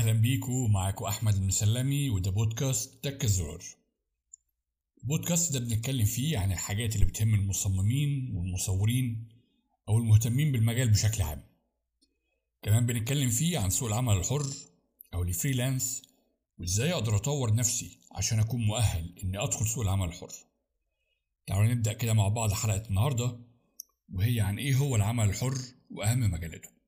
أهلا بيكو، معاكو أحمد المسلمي وده بودكاست تك الزرار. البودكاست ده بنتكلم فيه عن الحاجات اللي بتهم المصممين والمصورين أو المهتمين بالمجال بشكل عام. كمان بنتكلم فيه عن سوق العمل الحر أو الفريلانس وإزاي أقدر أطور نفسي عشان أكون مؤهل إني أدخل سوق العمل الحر. تعالوا نبدأ كده مع بعض حلقة النهاردة، وهي عن إيه هو العمل الحر وأهم مجالاته.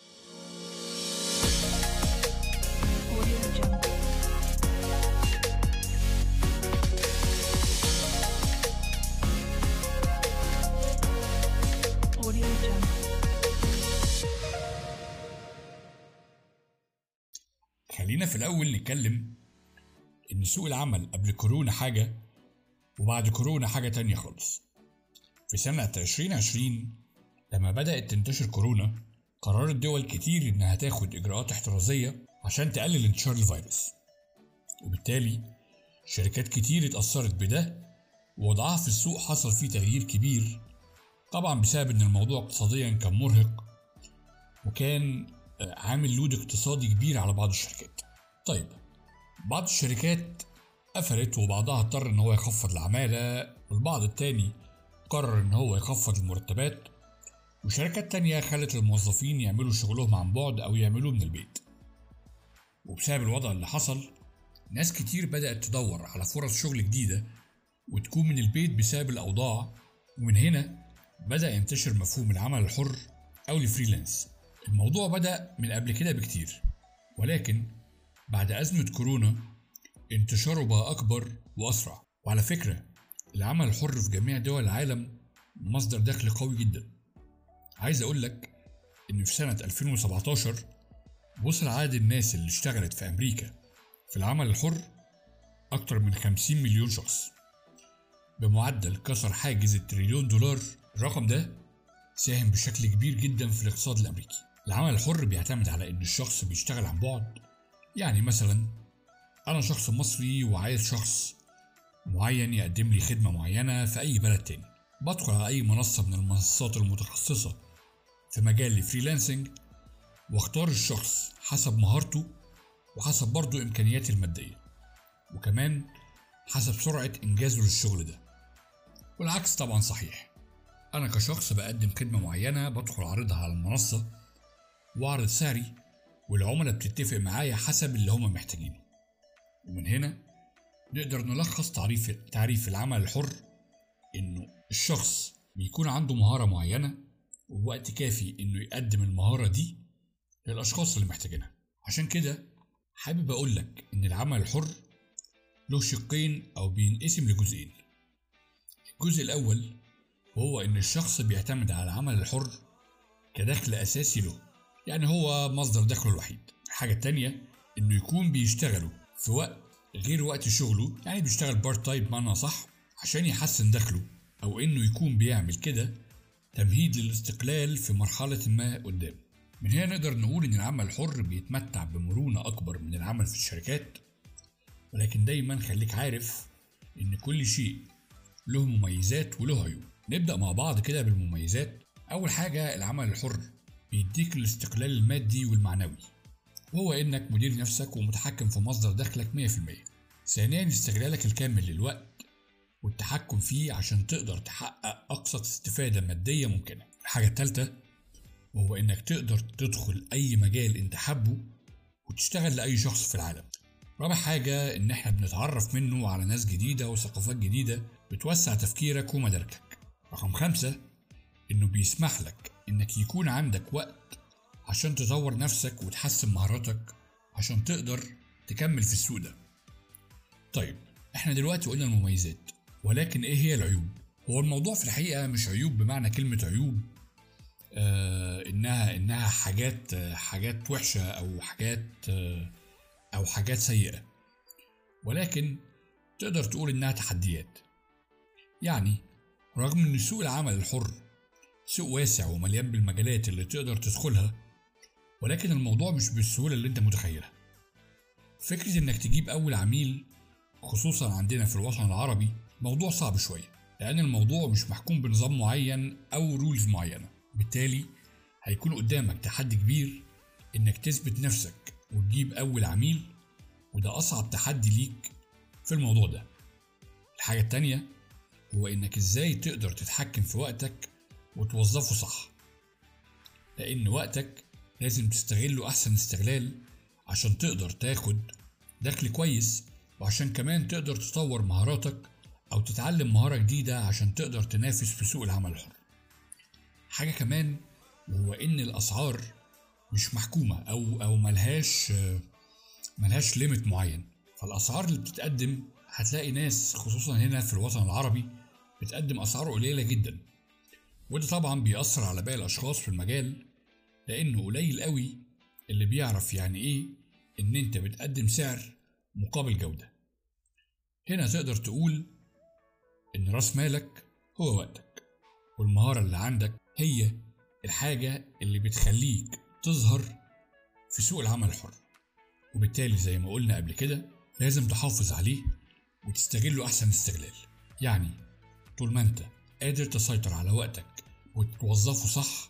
خلينا في الأول نتكلم إن سوق العمل قبل كورونا حاجة وبعد كورونا حاجة تانية خالص. في سنة 2020 لما بدأت تنتشر كورونا، قررت دول كتير إنها تاخد إجراءات احترازية عشان تقلل انتشار الفيروس، وبالتالي شركات كتير اتأثرت بده ووضعها في السوق حصل فيه تغيير كبير، طبعا بسبب إن الموضوع اقتصاديا كان مرهق وكان عامل لود اقتصادي كبير على بعض الشركات. طيب، بعض الشركات قفلت وبعضها اضطر ان هو يخفض العمالة، والبعض التاني قرر ان هو يخفض المرتبات، وشركات تانية خلت الموظفين يعملوا شغلهم عن بعد او يعملوه من البيت. وبسبب الوضع اللي حصل، ناس كتير بدأت تدور على فرص شغل جديدة وتكون من البيت بسبب الأوضاع، ومن هنا بدأ ينتشر مفهوم العمل الحر أو الفريلانس. الموضوع بدأ من قبل كده بكتير، ولكن بعد أزمة كورونا انتشاره بقى أكبر وأسرع. وعلى فكرة، العمل الحر في جميع دول العالم مصدر دخل قوي جدا. عايز أقولك إن في سنة 2017 وصل عدد الناس اللي اشتغلت في أمريكا في العمل الحر أكتر من 50 مليون شخص، بمعدل كسر حاجز $1,000,000,000. الرقم ده ساهم بشكل كبير جدا في الاقتصاد الأمريكي. العمل الحر بيعتمد على إن الشخص بيشتغل عن بعد. يعني مثلا أنا شخص مصري وعايز شخص معين يقدم لي خدمة معينة في أي بلد تاني، بدخل على أي منصة من المنصات المتخصصة في مجال الفريلانسنج واختار الشخص حسب مهارته وحسب برضه إمكانياتي المادية، وكمان حسب سرعة إنجازه للشغل ده. والعكس طبعا صحيح، أنا كشخص بقدم خدمة معينة بدخل أعرضها على المنصة وأعرض سعري، والعملاء بتتفق معايا حسب اللي هم محتاجينه. ومن هنا نقدر نلخص تعريف العمل الحر إنه الشخص بيكون عنده مهارة معينة ووقت كافي إنه يقدم المهارة دي للأشخاص اللي محتاجينها. عشان كده حابب أقولك إن العمل الحر له شقين أو بينقسم لجزئين. الجزء الأول وهو إن الشخص بيعتمد على العمل الحر كدخل أساسي له، يعني هو مصدر دخله الوحيد. الحاجة التانية إنه يكون بيشتغله في وقت غير وقت شغله، يعني بيشتغل بارت تايم بمعنى صح عشان يحسن دخله، أو إنه يكون بيعمل كده تمهيد للاستقلال في مرحلة ما قدام. من هنا نقدر نقول إن العمل الحر بيتمتع بمرونة أكبر من العمل في الشركات، ولكن دايما خليك عارف إن كل شيء له مميزات وله عيوب. نبدأ مع بعض كده بالمميزات. أول حاجة، العمل الحر بيديك الاستقلال المادي والمعنوي، وهو إنك مدير نفسك ومتحكم في مصدر دخلك 100%. ثانيا، استغلالك الكامل للوقت والتحكم فيه عشان تقدر تحقق أقصى استفادة مادية ممكنة. الحاجة الثالثة وهو إنك تقدر تدخل أي مجال أنت حابه وتشتغل لأي شخص في العالم. رابع حاجة، إن إحنا بنتعرف منه على ناس جديدة وثقافات جديدة بتوسع تفكيرك ومداركك. رقم 5، إنه بيسمح لك إنك يكون عندك وقت عشان تطور نفسك وتحسن مهاراتك عشان تقدر تكمل في السوق ده. طيب، إحنا دلوقتي قلنا المميزات، ولكن إيه هي العيوب؟ هو الموضوع في الحقيقة مش عيوب بمعنى كلمة عيوب إنها حاجات وحشة أو حاجات سيئة، ولكن تقدر تقول إنها تحديات. يعني رغم إن سوق العمل الحر سوق واسع ومليان بالمجالات اللي تقدر تدخلها، ولكن الموضوع مش بالسهولة اللي انت متخيلها. فكرة انك تجيب اول عميل خصوصا عندنا في الوطن العربي موضوع صعب شوية، لان الموضوع مش محكوم بنظام معين او رولز معينة. بالتالي هيكون قدامك تحدي كبير انك تثبت نفسك وتجيب أول عميل، وده أصعب تحدي ليك في الموضوع ده. الحاجة التانية هو إنك إزاي تقدر تتحكم في وقتك وتوظفه صح، لأن وقتك لازم تستغله أحسن استغلال عشان تقدر تاخد دخل كويس، وعشان كمان تقدر تطور مهاراتك أو تتعلم مهارة جديدة عشان تقدر تنافس في سوق العمل الحر. حاجة كمان وهو إن الأسعار مش محكومة أو ملهاش ليميت معين. فالأسعار اللي بتتقدم هتلاقي ناس خصوصا هنا في الوطن العربي بتقدم أسعار قليلة جدا، وده طبعا بيأثر على باقي الأشخاص في المجال، لأنه قليل قوي اللي بيعرف يعني إيه إن أنت بتقدم سعر مقابل جودة. هنا تقدر تقول إن رأس مالك هو وقتك، والمهارة اللي عندك هي الحاجة اللي بتخليك تظهر في سوق العمل الحر، وبالتالي زي ما قلنا قبل كده لازم تحافظ عليه وتستغله أحسن استغلال. يعني طول ما أنت قادر تسيطر على وقتك وتوظفه صح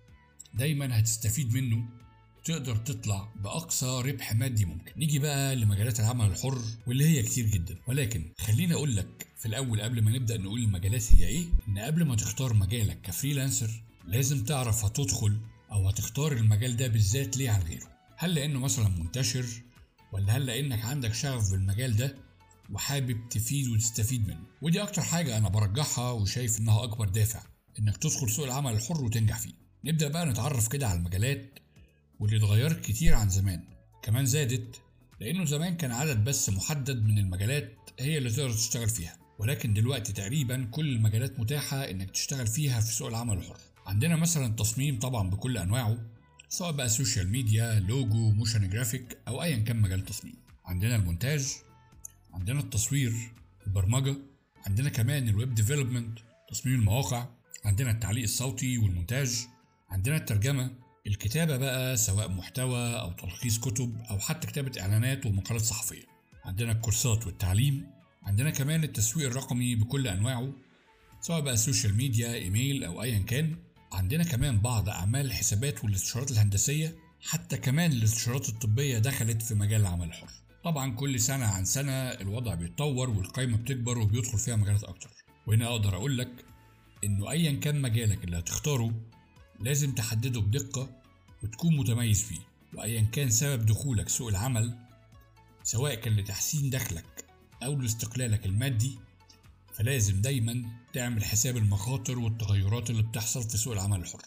دايما هتستفيد منه وتقدر تطلع بأقصى ربح مادي ممكن. نيجي بقى لمجالات العمل الحر واللي هي كتير جدا، ولكن خليني أقول لك في الأول قبل ما نبدأ نقول المجالات هي إيه، إن قبل ما تختار مجالك كفريلانسر لازم تعرف هتدخل أو هتختار المجال ده بالذات ليه عن غيره. هل لأنه مثلا منتشر، ولا هل لأنك عندك شغف بالمجال ده وحابب تفيد وتستفيد منه؟ ودي أكتر حاجة أنا برجحها وشايف إنها أكبر دافع إنك تدخل سوق العمل الحر وتنجح فيه. نبدأ بقى نتعرف كده على المجالات واللي اتغيرت كتير عن زمان، كمان زادت لأنه زمان كان عدد بس محدد من المجالات هي اللي تقدر تشتغل فيها، ولكن دلوقتي تقريبا كل المجالات متاحة إنك تشتغل فيها في سوق العمل الحر. عندنا مثلا التصميم طبعا بكل أنواعه، سواء بقى سوشيال ميديا، لوجو، موشن جرافيك، أو أيا كان مجال التصميم. عندنا المونتاج، عندنا التصوير، البرمجة، عندنا كمان الويب ديفلوبمنت، تصميم المواقع، عندنا التعليق الصوتي والمونتاج، عندنا الترجمة، الكتابة بقى سواء محتوى أو تلخيص كتب أو حتى كتابة إعلانات ومقالات صحفية، عندنا الكورسات والتعليم، عندنا كمان التسويق الرقمي بكل أنواعه سواء بقى السوشيال ميديا، إيميل، أو أيا كان، عندنا كمان بعض أعمال الحسابات والاستشارات الهندسية، حتى كمان الاستشارات الطبية دخلت في مجال العمل الحر. طبعا كل سنة عن سنة الوضع بيتطور والقائمة بتكبر وبيدخل فيها مجالات أكتر، وهنا أقدر أقول لك إنه أيا كان مجالك اللي هتختاره لازم تحدده بدقة وتكون متميز فيه، وأيا كان سبب دخولك سوق العمل سواء كان لتحسين دخلك أو لاستقلالك المادي، فلازم دايما تعمل حساب المخاطر والتغيرات اللي بتحصل في سوق العمل الحر.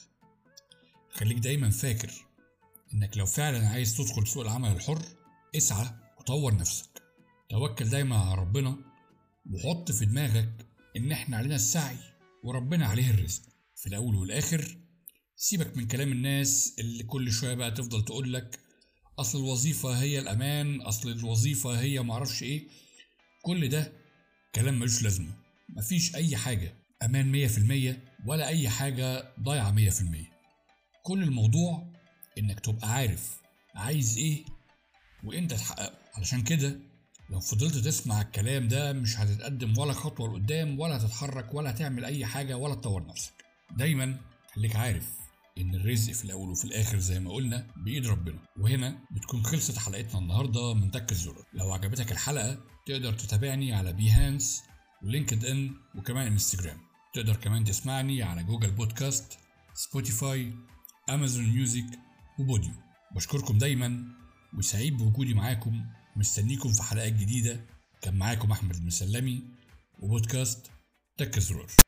خليك دايما فاكر إنك لو فعلا عايز تدخل سوق العمل الحر اسعى وطور نفسك، توكل دايما على ربنا، وحط في دماغك إن إحنا علينا السعي وربنا عليه الرزق. في الأول والآخر سيبك من كلام الناس اللي كل شوية بقى تفضل تقولك أصل الوظيفة هي الأمان، أصل الوظيفة هي معرفش إيه. كل ده كلام ملوش لازمة، مفيش أي حاجة أمان 100% ولا أي حاجة ضايعة 100%. كل الموضوع إنك تبقى عارف عايز إيه وإنت تحققه. علشان كده لو فضلت تسمع الكلام ده مش هتتقدم ولا خطوة لقدام، ولا هتتحرك، ولا هتعمل أي حاجة، ولا تطور نفسك. دايما خليك عارف إن الرزق في الأول وفي الآخر زي ما قلنا بإيد ربنا. وهنا بتكون خلصت حلقتنا النهاردة من تك الزرار. لو عجبتك الحلقة تقدر تتابعني على بيهانس ولينكد إن وكمان انستجرام. تقدر كمان تسمعني على جوجل بودكاست، سبوتيفاي، أمازون ميوزك، وبوديو. بشكركم دايما وسعيد بوجودي معاكم، مستنيكم في حلقات جديدة. كان معاكم أحمد المسلمي وبودكاست تك الزرار.